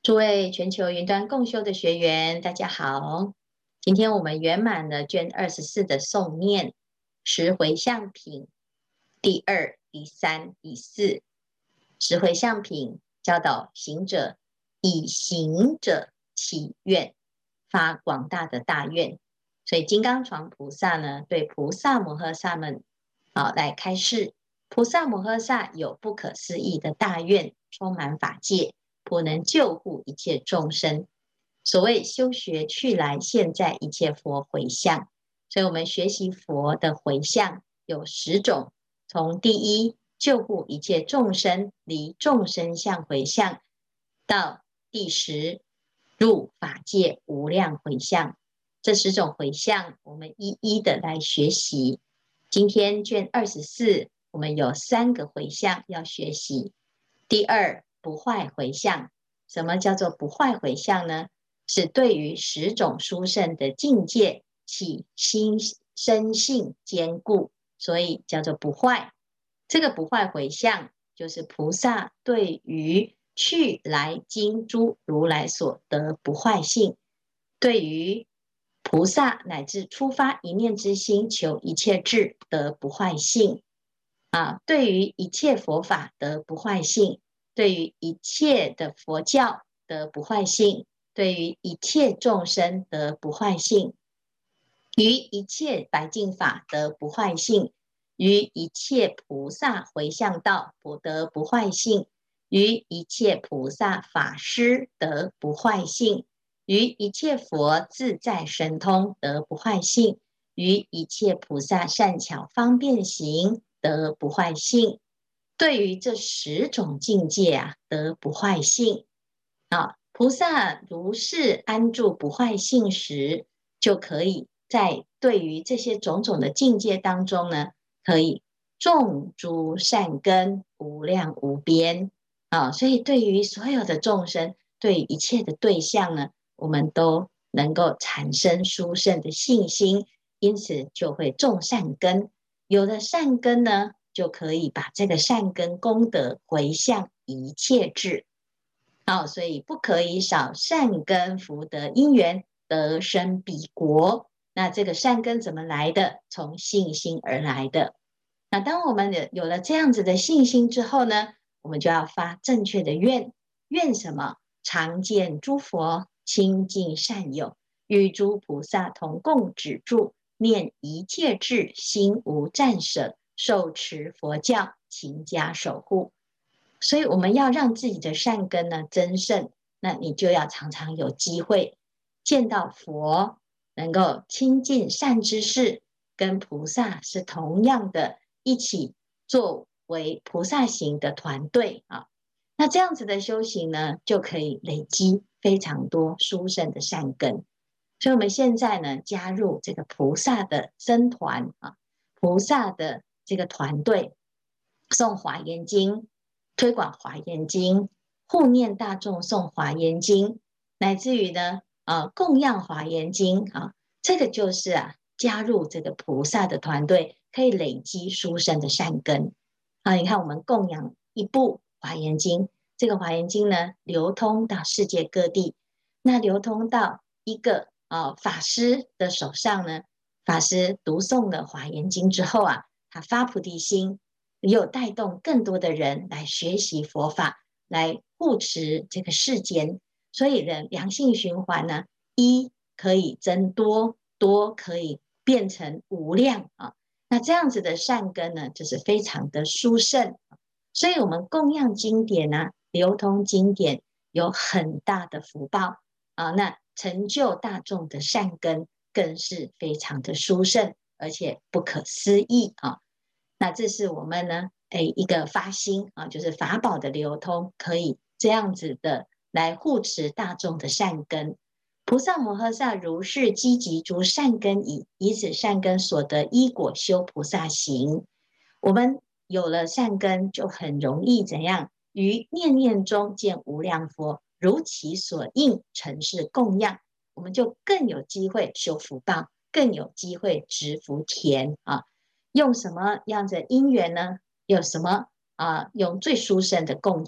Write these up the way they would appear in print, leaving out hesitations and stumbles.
诸位全球云端共修的学员，大家好！今天我们圆满了卷24的诵念十回向品第二、第三、第四。十回向品教导行者以行者起愿，发广大的大愿。所以金刚床菩萨呢，对菩萨摩诃萨们来开示，菩萨摩诃萨有不可思议的大愿，充满法界，普能救护一切众生。所谓修学去来现在一切佛回向，所以我们学习佛的回向有10种，从第一救护一切众生离众生相回向，到第10入法界无量回向。这10种回向我们一一的来学习。今天卷24我们有3个回向要学习。第二，不坏回向。什么叫做不坏回向呢？是对于10种殊胜的境界起心生性坚固，所以叫做不坏。这个不坏回向就是菩萨对于去来经诸如来所得不坏性，对于菩萨乃至出发一念之心求一切智得不坏性对于一切佛法得不坏性，对于一切的佛教得不坏性，对于一切众生得不坏性，于一切白净法得不坏性，于一切菩萨回向道得不坏性，于一切菩萨法师得不坏性，于一切佛自在神通得不坏性，于一切菩萨善巧方便行得不坏性。对于这10种境界得不坏性菩萨如是安住不坏性时，就可以在对于这些种种的境界当中呢，可以种诸善根无量无边所以对于所有的众生，对一切的对象呢，我们都能够产生殊胜的信心，因此就会种善根。有了善根呢，就可以把这个善根功德回向一切智所以不可以少善根福德因缘得生彼国。那这个善根怎么来的？从信心而来的。那当我们有了这样子的信心之后呢，我们就要发正确的愿。愿什么？常见诸佛清净善友，与诸菩萨同共止住，念一切智，心无暂舍，受持佛教，勤加守护。所以我们要让自己的善根呢增盛，那你就要常常有机会见到佛，能够亲近善知识，跟菩萨是同样的一起作为菩萨行的团队那这样子的修行呢，就可以累积非常多殊胜的善根。所以我们现在呢，加入这个菩萨的僧团菩萨的这个团队，诵华严经，推广华严经，护念大众诵华严经，乃至于呢供养华严经这个就是加入这个菩萨的团队，可以累积殊胜的善根你看我们供养一部华严经，这个华严经呢流通到世界各地，那流通到一个法师的手上呢，法师读诵了华严经之后他发菩提心，又带动更多的人来学习佛法，来护持这个世间。所以人良性循环呢，一可以增多，多可以变成无量那这样子的善根呢，就是非常的殊胜所以我们供养经典流通经典有很大的福报那成就大众的善根更是非常的殊胜，而且不可思议那这是我们呢一个发心就是法宝的流通，可以这样子的来护持大众的善根。菩萨摩诃萨如是积集诸善根以此善根所得依果修菩萨行。我们有了善根，就很容易怎样？于念念中见无量佛，如其所应承事供养，我们就更有机会修福报，更有机会植福田用什么样的因缘呢？有什么用最殊胜的供养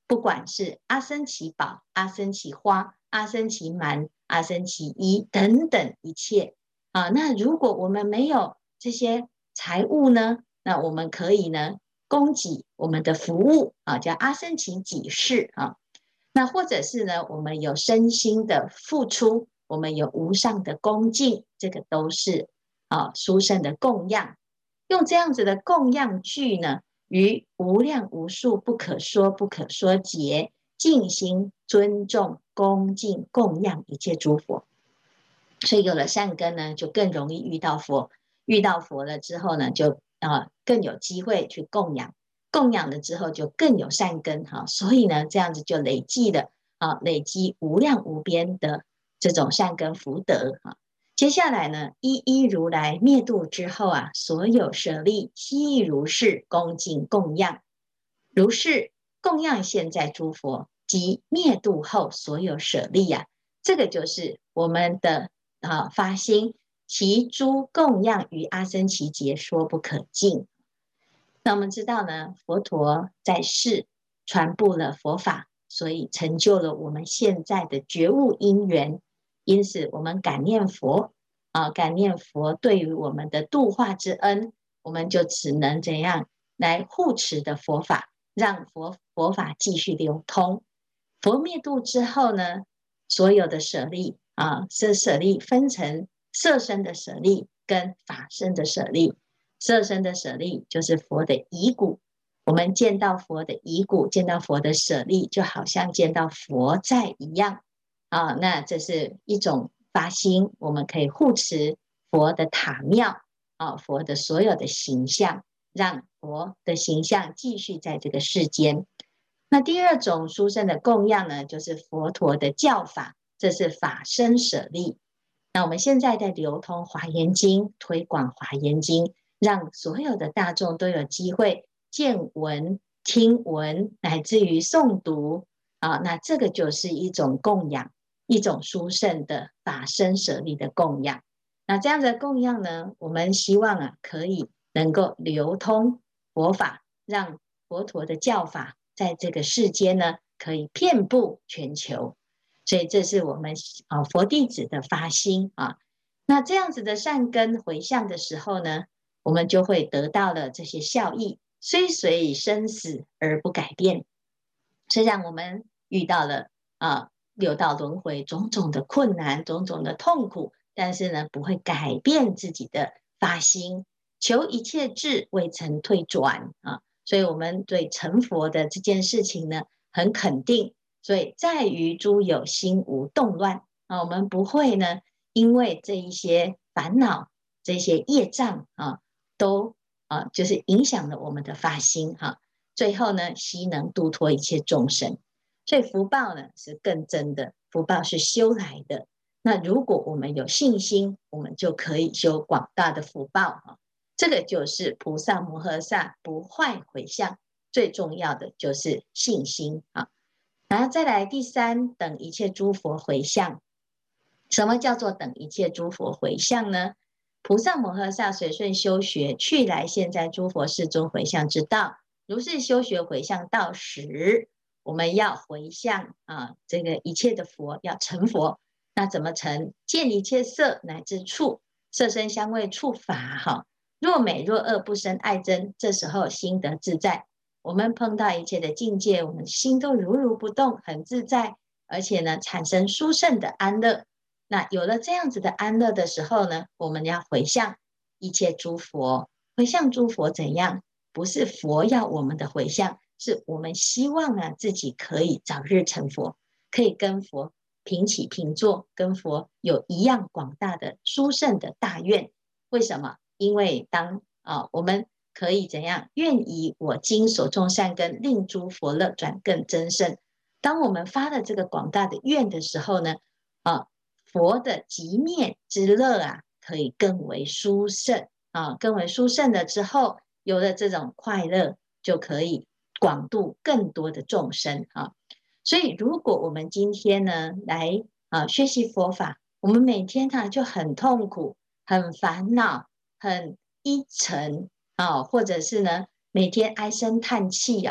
不管是阿僧祇宝、阿僧祇花、阿僧祇蛮、阿僧祇衣等等一切啊。那如果我们没有这些财物呢，那我们可以呢供给我们的服务啊，叫阿僧祇己事啊。那或者是呢，我们有身心的付出，我们有无上的恭敬，这个都是殊胜的供养。用这样子的供养句呢，于无量无数不可说不可说劫，尽心尊重恭敬供养一切诸佛。所以有了善根呢，就更容易遇到佛。遇到佛了之后呢，就更有机会去供养。供养了之后，就更有善根哈。所以呢，这样子就累积了累积无量无边的这种善根福德哈。接下来呢，一一如来灭度之后啊，所有舍利悉如是恭敬供养，如是供养现在诸佛及灭度后所有舍利啊，这个就是我们的发心，其诸供养于阿僧祇劫说不可尽。那我们知道呢，佛陀在世传布了佛法，所以成就了我们现在的觉悟因缘。因此，我们感念佛感念佛对于我们的度化之恩，我们就只能怎样来护持的佛法，让佛法继续流通。佛灭度之后呢，所有的舍利舍利分成色身的舍利跟法身的舍利。色身的舍利就是佛的遗骨，我们见到佛的遗骨，见到佛的舍利，就好像见到佛在一样那这是一种发心，我们可以护持佛的塔庙佛的所有的形象，让佛的形象继续在这个世间。那第二种殊胜的供养呢，就是佛陀的教法，这是法身舍利。那我们现在在流通华严经，推广华严经，让所有的大众都有机会见闻、听闻，乃至于诵读那这个就是一种供养，一种殊胜的法身舍利的供养。那这样的供养呢，我们希望可以能够流通佛法，让佛陀的教法在这个世间呢，可以遍布全球。所以这是我们佛弟子的发心那这样子的善根回向的时候呢，我们就会得到了这些效益，虽随生死而不改变。虽然我们遇到了六道轮回种种的困难，种种的痛苦，但是呢，不会改变自己的发心，求一切智未曾退转所以我们对成佛的这件事情呢，很肯定。所以在于诸有心无动乱我们不会呢，因为这一些烦恼、这些业障都就是影响了我们的发心最后呢，悉能度脱一切众生。所以福报呢是更真的，福报是修来的。那如果我们有信心，我们就可以修广大的福报这个就是菩萨摩诃萨不坏回向，最重要的就是信心然后再来第三，等一切诸佛回向。什么叫做等一切诸佛回向呢？菩萨摩诃萨随顺修学去来现在诸佛世尊回向之道，如是修学回向道时，我们要回向这个一切的佛要成佛。那怎么成？见一切色乃至触，色身香味触法若美若恶不生爱憎，这时候心得自在。我们碰到一切的境界，我们心都如如不动，很自在，而且呢，产生殊胜的安乐。那有了这样子的安乐的时候呢，我们要回向一切诸佛。回向诸佛怎样？不是佛要我们的回向，是我们希望自己可以早日成佛，可以跟佛平起平坐，跟佛有一样广大的殊胜的大愿。为什么？因为当我们可以怎样？愿以我今所种善根，令诸佛乐转更增胜。当我们发了这个广大的愿的时候呢佛的极灭之乐可以更为殊胜更为殊胜了之后，有了这种快乐，就可以广度更多的众生所以如果我们今天呢来学习佛法，我们每天就很痛苦、很烦恼、很依沉或者是呢每天唉声叹气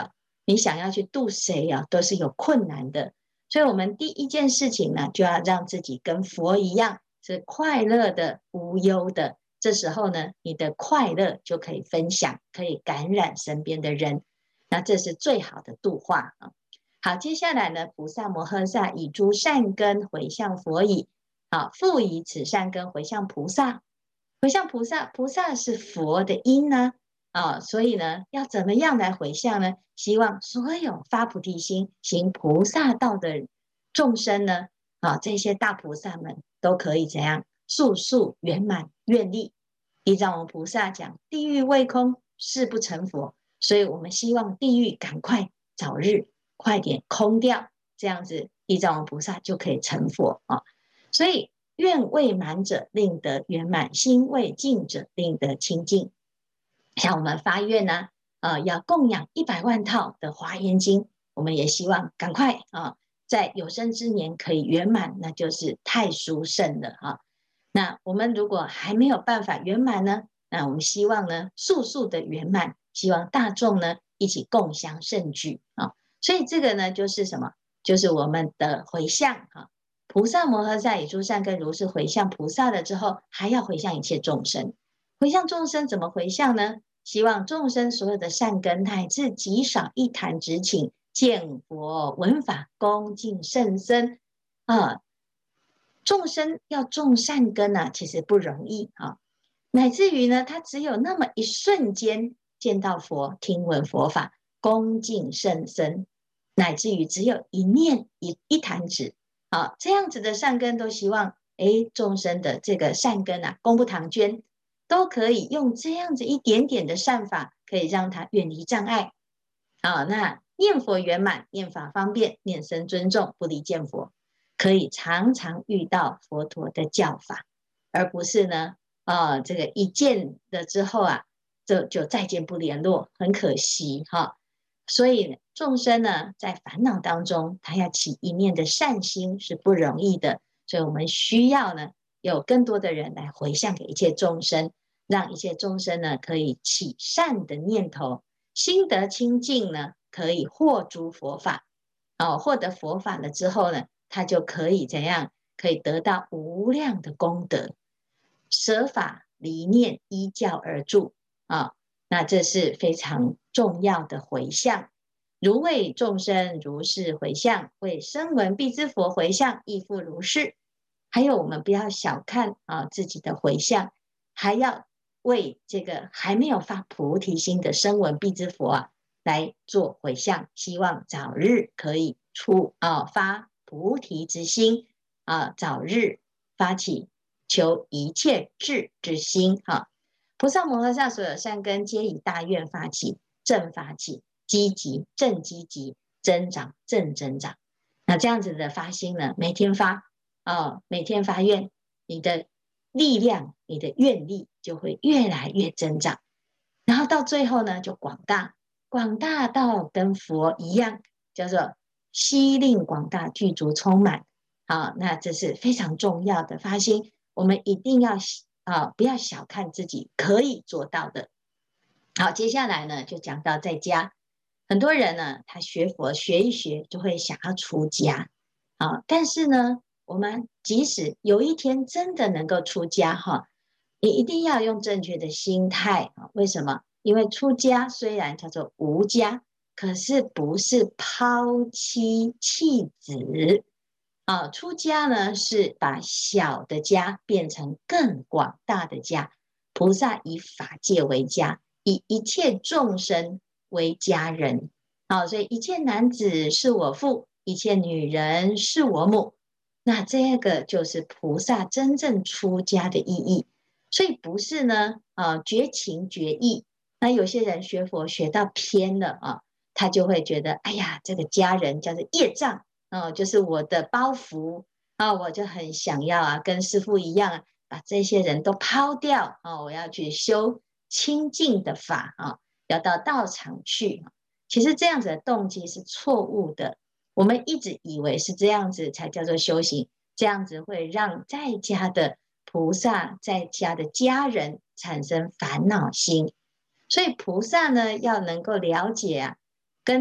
你想要去度谁啊，都是有困难的。所以我们第一件事情呢，就要让自己跟佛一样，是快乐的、无忧的。这时候呢，你的快乐就可以分享，可以感染身边的人，那这是最好的度化啊。好，接下来呢，菩萨摩诃萨以诸善根回向佛已，好，复以此善根回向菩萨，回向菩萨，菩萨是佛的因呢，所以呢，要怎么样来回向呢？希望所有发菩提心、行菩萨道的众生呢，这些大菩萨们都可以怎样速速圆满愿力。依照我们菩萨讲，地狱未空，誓不成佛，所以我们希望地狱赶快早日快点空掉，这样子依照我们菩萨就可以成佛啊。所以愿未满者令得圆满，心未净者令得清净。像我们发愿呢，要供养100万套的华严经，我们也希望赶快在有生之年可以圆满，那就是太殊胜了啊。那我们如果还没有办法圆满呢，那我们希望呢速速的圆满，希望大众呢一起共襄盛举啊。所以这个呢就是什么？就是我们的回向啊。菩萨摩诃萨以诸善根如是回向菩萨了之后，还要回向一切众生。回向众生怎么回向呢？希望众生所有的善根乃至极少一弹指顷，见佛闻法恭敬甚深啊。众生要种善根啊，其实不容易啊。乃至于呢，他只有那么一瞬间见到佛，听闻佛法，恭敬甚深，乃至于只有一念一弹指啊，这样子的善根，都希望众生的这个善根啊，功不唐捐，都可以用这样子一点点的善法，可以让他远离障碍啊。那念佛圆满，念法方便，念僧尊重，不离见佛，可以常常遇到佛陀的教法，而不是呢这个一见了之后啊，就再见不联络，很可惜哈。所以众生呢，在烦恼当中，他要起一念的善心是不容易的，所以我们需要呢，有更多的人来回向给一切众生，让一切众生呢可以起善的念头，心得清净呢，可以获诸佛法。获得佛法了之后呢，他就可以怎样？可以得到无量的功德。舍法离念依教而住那这是非常重要的回向。如为众生如是回向，为声闻必知佛回向亦复如是。还有我们不要小看自己的回向，还要为这个还没有发菩提心的声闻必知佛来做回向，希望早日可以发菩提之心早日发起求一切智之心菩萨摩诃萨所有善根，皆以大愿发起，正发起，积极正积极，增长正增长。那这样子的发心呢，每天发每天发愿，你的力量，你的愿力就会越来越增长，然后到最后呢，就广大，广大到跟佛一样，叫做悉令广大具足充满。那这是非常重要的发心，我们一定要不要小看自己可以做到的。好，接下来呢，就讲到在家，很多人呢，他学佛学一学，就会想要出家但是呢，我们即使有一天真的能够出家你一定要用正确的心态为什么？因为出家虽然叫做无家，可是不是抛妻弃子出家呢是把小的家变成更广大的家。菩萨以法界为家，以一切众生为家人所以一切男子是我父，一切女人是我母。那这个就是菩萨真正出家的意义。所以不是呢绝情绝义。那有些人学佛学到偏了他就会觉得哎呀，这个家人叫做业障就是我的包袱我就很想要跟师父一样把这些人都抛掉我要去修清净的法要到道场去其实这样子的动机是错误的。我们一直以为是这样子才叫做修行，这样子会让在家的菩萨，在家的家人产生烦恼心。所以菩萨呢，要能够了解跟你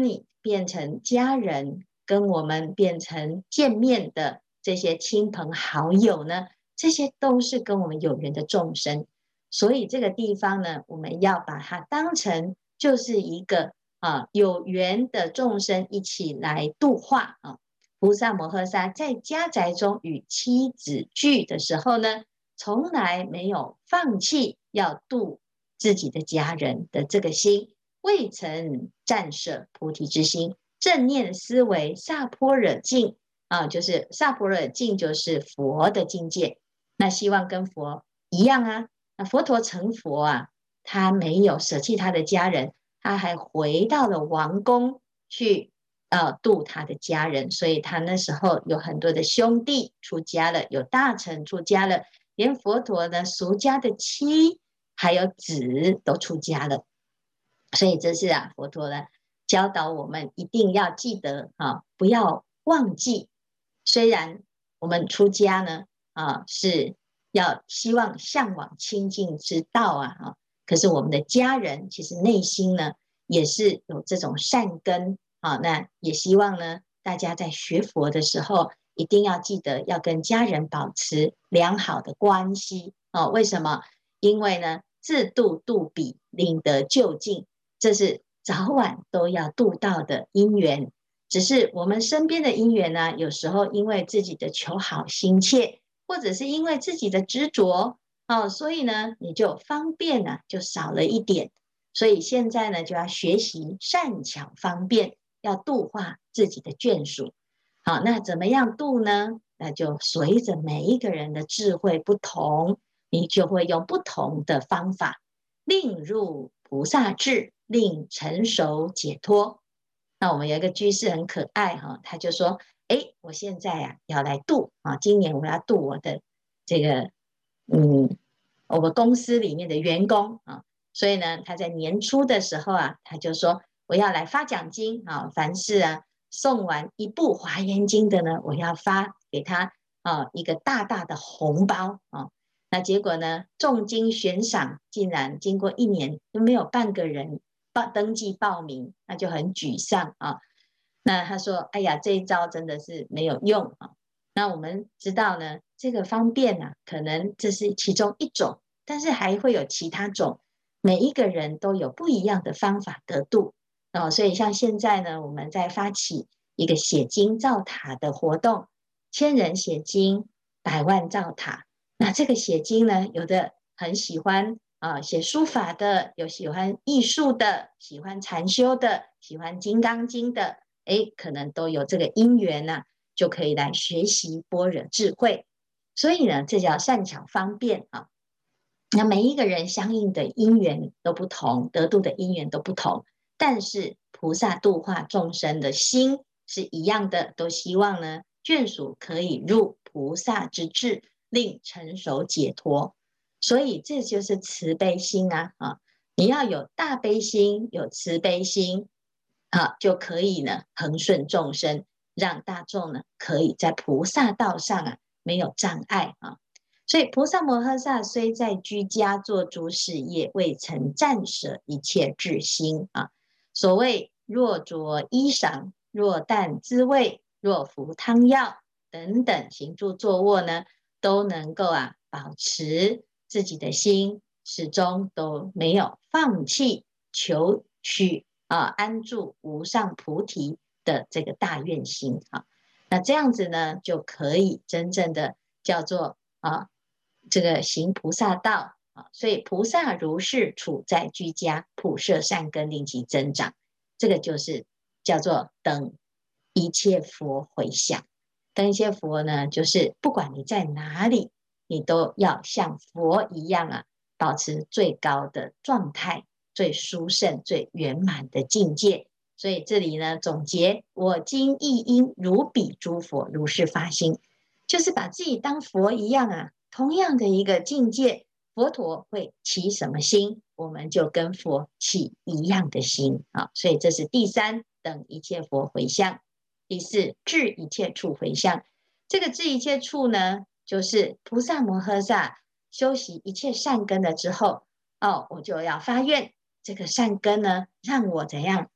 变成家人，跟我们变成见面的这些亲朋好友呢，这些都是跟我们有缘的众生。所以这个地方呢，我们要把它当成就是一个有缘的众生一起来度化啊。菩萨摩诃萨在家宅中与妻子聚的时候呢，从来没有放弃要度自己的家人的这个心，未曾暂舍菩提之心，正念思维萨婆惹境就是萨婆惹境就是佛的境界。那希望跟佛一样啊。那佛陀成佛啊，他没有舍弃他的家人，他还回到了王宫去度他的家人，所以他那时候有很多的兄弟出家了，有大臣出家了，连佛陀呢俗家的妻还有子都出家了。所以这是佛陀呢教导我们一定要记得不要忘记。虽然我们出家呢是要希望向往清净之道可是我们的家人其实内心呢也是有这种善根那也希望呢大家在学佛的时候一定要记得要跟家人保持良好的关系为什么？因为呢自度度彼，领得究竟，这是早晚都要度到的因缘。只是我们身边的因缘呢，有时候因为自己的求好心切，或者是因为自己的执着所以呢你就方便就少了一点。所以现在呢就要学习善巧方便，要度化自己的眷属。好，那怎么样度呢？那就随着每一个人的智慧不同，你就会用不同的方法，令入菩萨智，令成熟解脱。那我们有一个居士很可爱他就说我现在要来度今年我要度我的这个我们公司里面的员工所以呢他在年初的时候他就说我要来发奖金凡是送完一部华严经的呢，我要发给他一个大大的红包那结果呢重金悬赏竟然经过1年都没有半个人登记报名，那就很沮丧那他说哎呀这一招真的是没有用那我们知道呢这个方便可能这是其中一种，但是还会有其他种，每一个人都有不一样的方法得度所以像现在呢我们在发起一个写经造塔的活动，1000人写经100万造塔。那这个写经呢有的很喜欢写书法的，有喜欢艺术的，喜欢禅修的，喜欢金刚经的可能都有这个因缘就可以来学习般若智慧。所以呢这叫善巧方便那每一个人相应的因缘都不同，得度的因缘都不同，但是菩萨度化众生的心是一样的，都希望呢眷属可以入菩萨之智，令成熟解脱。所以这就是慈悲心你要有大悲心，有慈悲心就可以呢恒顺众生，让大众呢可以在菩萨道上没有障碍所以菩萨摩诃萨虽在居家做诸事业，未曾暂舍一切智心所谓若着衣裳，若啖滋味，若服汤药等等行住坐卧呢，都能够保持自己的心，始终都没有放弃求取安住无上菩提的这个大愿心那这样子呢，就可以真正的叫做这个行菩萨道所以菩萨如是处在居家，普摄善根，令其增长。这个就是叫做等一切佛回向。等一切佛呢，就是不管你在哪里，你都要像佛一样保持最高的状态，最殊胜、最圆满的境界。所以这里呢，总结我今亦应如彼诸佛如是发心，就是把自己当佛一样同样的一个境界，佛陀会起什么心，我们就跟佛起一样的心所以这是第3，等一切佛回向。第4，至一切处回向。这个至一切处呢，就是菩萨摩诃萨修习一切善根了之后我就要发愿，这个善根呢让我怎样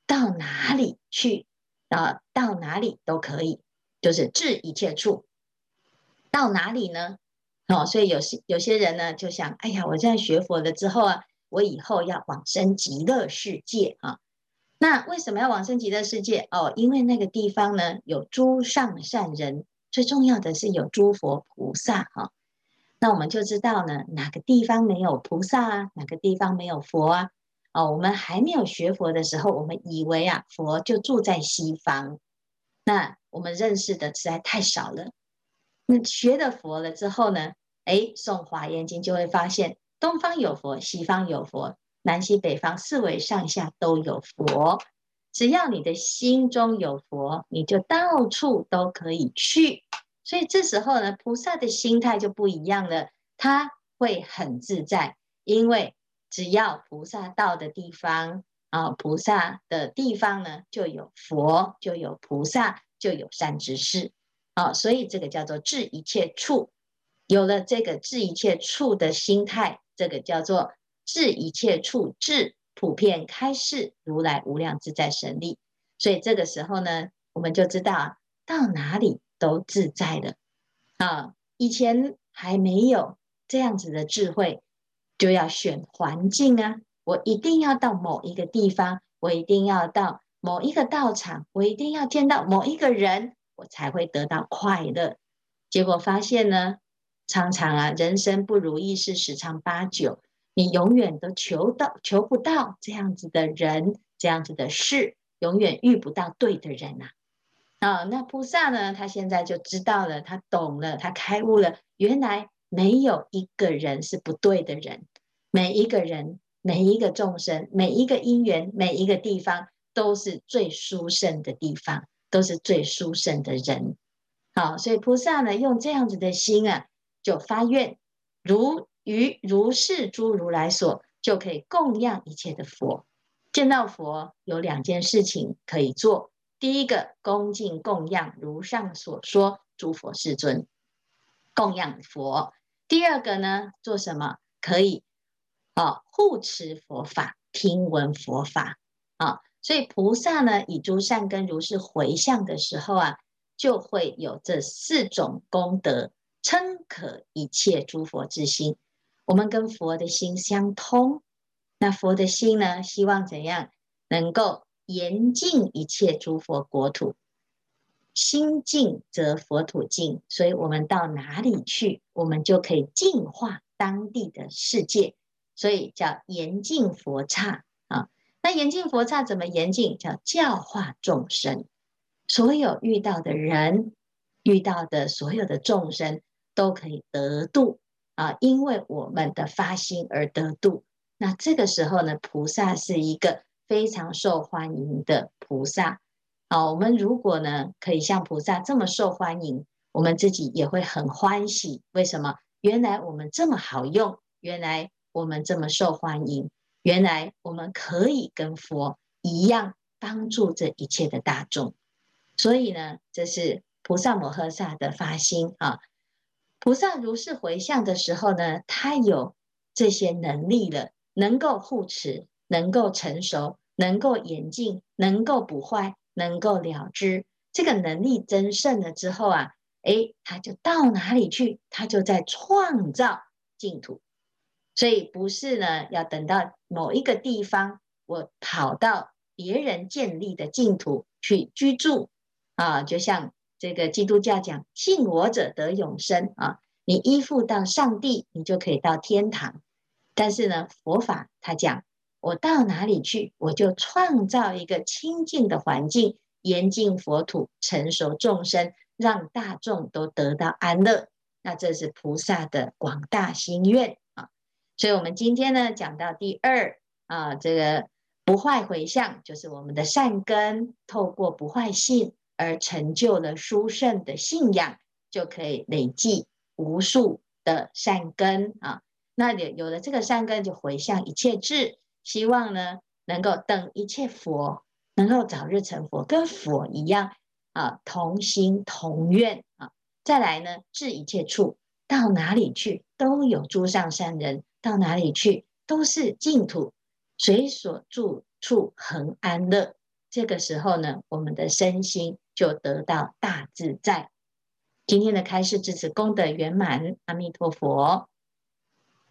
到哪里去到哪里都可以，就是至一切处。到哪里呢？所以有些人呢就想，哎呀，我现在学佛了之后啊，我以后要往生极乐世界啊。那为什么要往生极乐世界？因为那个地方呢有诸上善人，最重要的是有诸佛菩萨哈。那我们就知道呢，哪个地方没有菩萨啊，哪个地方没有佛啊？我们还没有学佛的时候，我们以为啊，佛就住在西方，那我们认识的实在太少了。那学了佛了之后呢，诵华严经就会发现，东方有佛，西方有佛，南西北方四维上下都有佛。只要你的心中有佛，你就到处都可以去。所以这时候呢，菩萨的心态就不一样了，他会很自在，因为只要菩萨到的地方菩萨的地方呢，就有佛，就有菩萨，就有善知识。所以这个叫做治一切处。有了这个治一切处的心态，这个叫做治一切处智普遍开示如来无量自在神力。所以这个时候呢，我们就知道到哪里都自在了以前还没有这样子的智慧，就要选环境啊，我一定要到某一个地方，我一定要到某一个道场，我一定要见到某一个人，我才会得到快乐。结果发现呢，常常人生不如意事十常八九，你永远都求不到这样子的人，这样子的事，永远遇不到对的人那菩萨呢，他现在就知道了，他懂了，他开悟了，原来没有一个人是不对的人，每一个人，每一个众生，每一个因缘，每一个地方，都是最殊胜的地方，都是最殊胜的人。好，所以菩萨呢，用这样子的心就发愿，如是诸如来所，就可以供养一切的佛。见到佛有两件事情可以做，第一个恭敬供养如上所说诸佛世尊，供养佛；第二个呢，做什么？可以护持佛法，听闻佛法所以菩萨呢，以诸善根如是回向的时候就会有这四种功德，称可一切诸佛之心。我们跟佛的心相通，那佛的心呢，希望怎样？能够严净一切诸佛国土，心净则佛土净。所以我们到哪里去，我们就可以净化当地的世界。所以叫严净佛刹那严净佛刹怎么严净？叫教化众生。所有遇到的人，遇到的所有的众生都可以得度因为我们的发心而得度。那这个时候呢，菩萨是一个非常受欢迎的菩萨我们如果呢可以像菩萨这么受欢迎，我们自己也会很欢喜。为什么？原来我们这么好用，原来我们这么受欢迎，原来我们可以跟佛一样帮助这一切的大众。所以呢，这是菩萨摩诃萨的发心菩萨如是回向的时候呢，他有这些能力了，能够护持，能够成熟，能够严净，能够补坏，能够了知。这个能力增盛了之后他就到哪里去？他就在创造净土。所以不是呢，要等到某一个地方，我跑到别人建立的净土去居住就像这个基督教讲，信我者得永生你依附到上帝，你就可以到天堂。但是呢，佛法他讲，我到哪里去，我就创造一个清净的环境，严净佛土，成熟众生，让大众都得到安乐。那这是菩萨的广大心愿所以我们今天呢讲到第二这个不坏回向，就是我们的善根透过不坏信而成就了殊胜的信仰，就可以累积无数的善根那有了这个善根，就回向一切智，希望呢能够等一切佛能够早日成佛，跟佛一样同心同愿再来呢，治一切处，到哪里去都有诸上善人，到哪里去都是净土，随所住处恒安乐这个时候呢，我们的身心就得到大自在。今天的开示至此功德圆满，阿弥陀佛。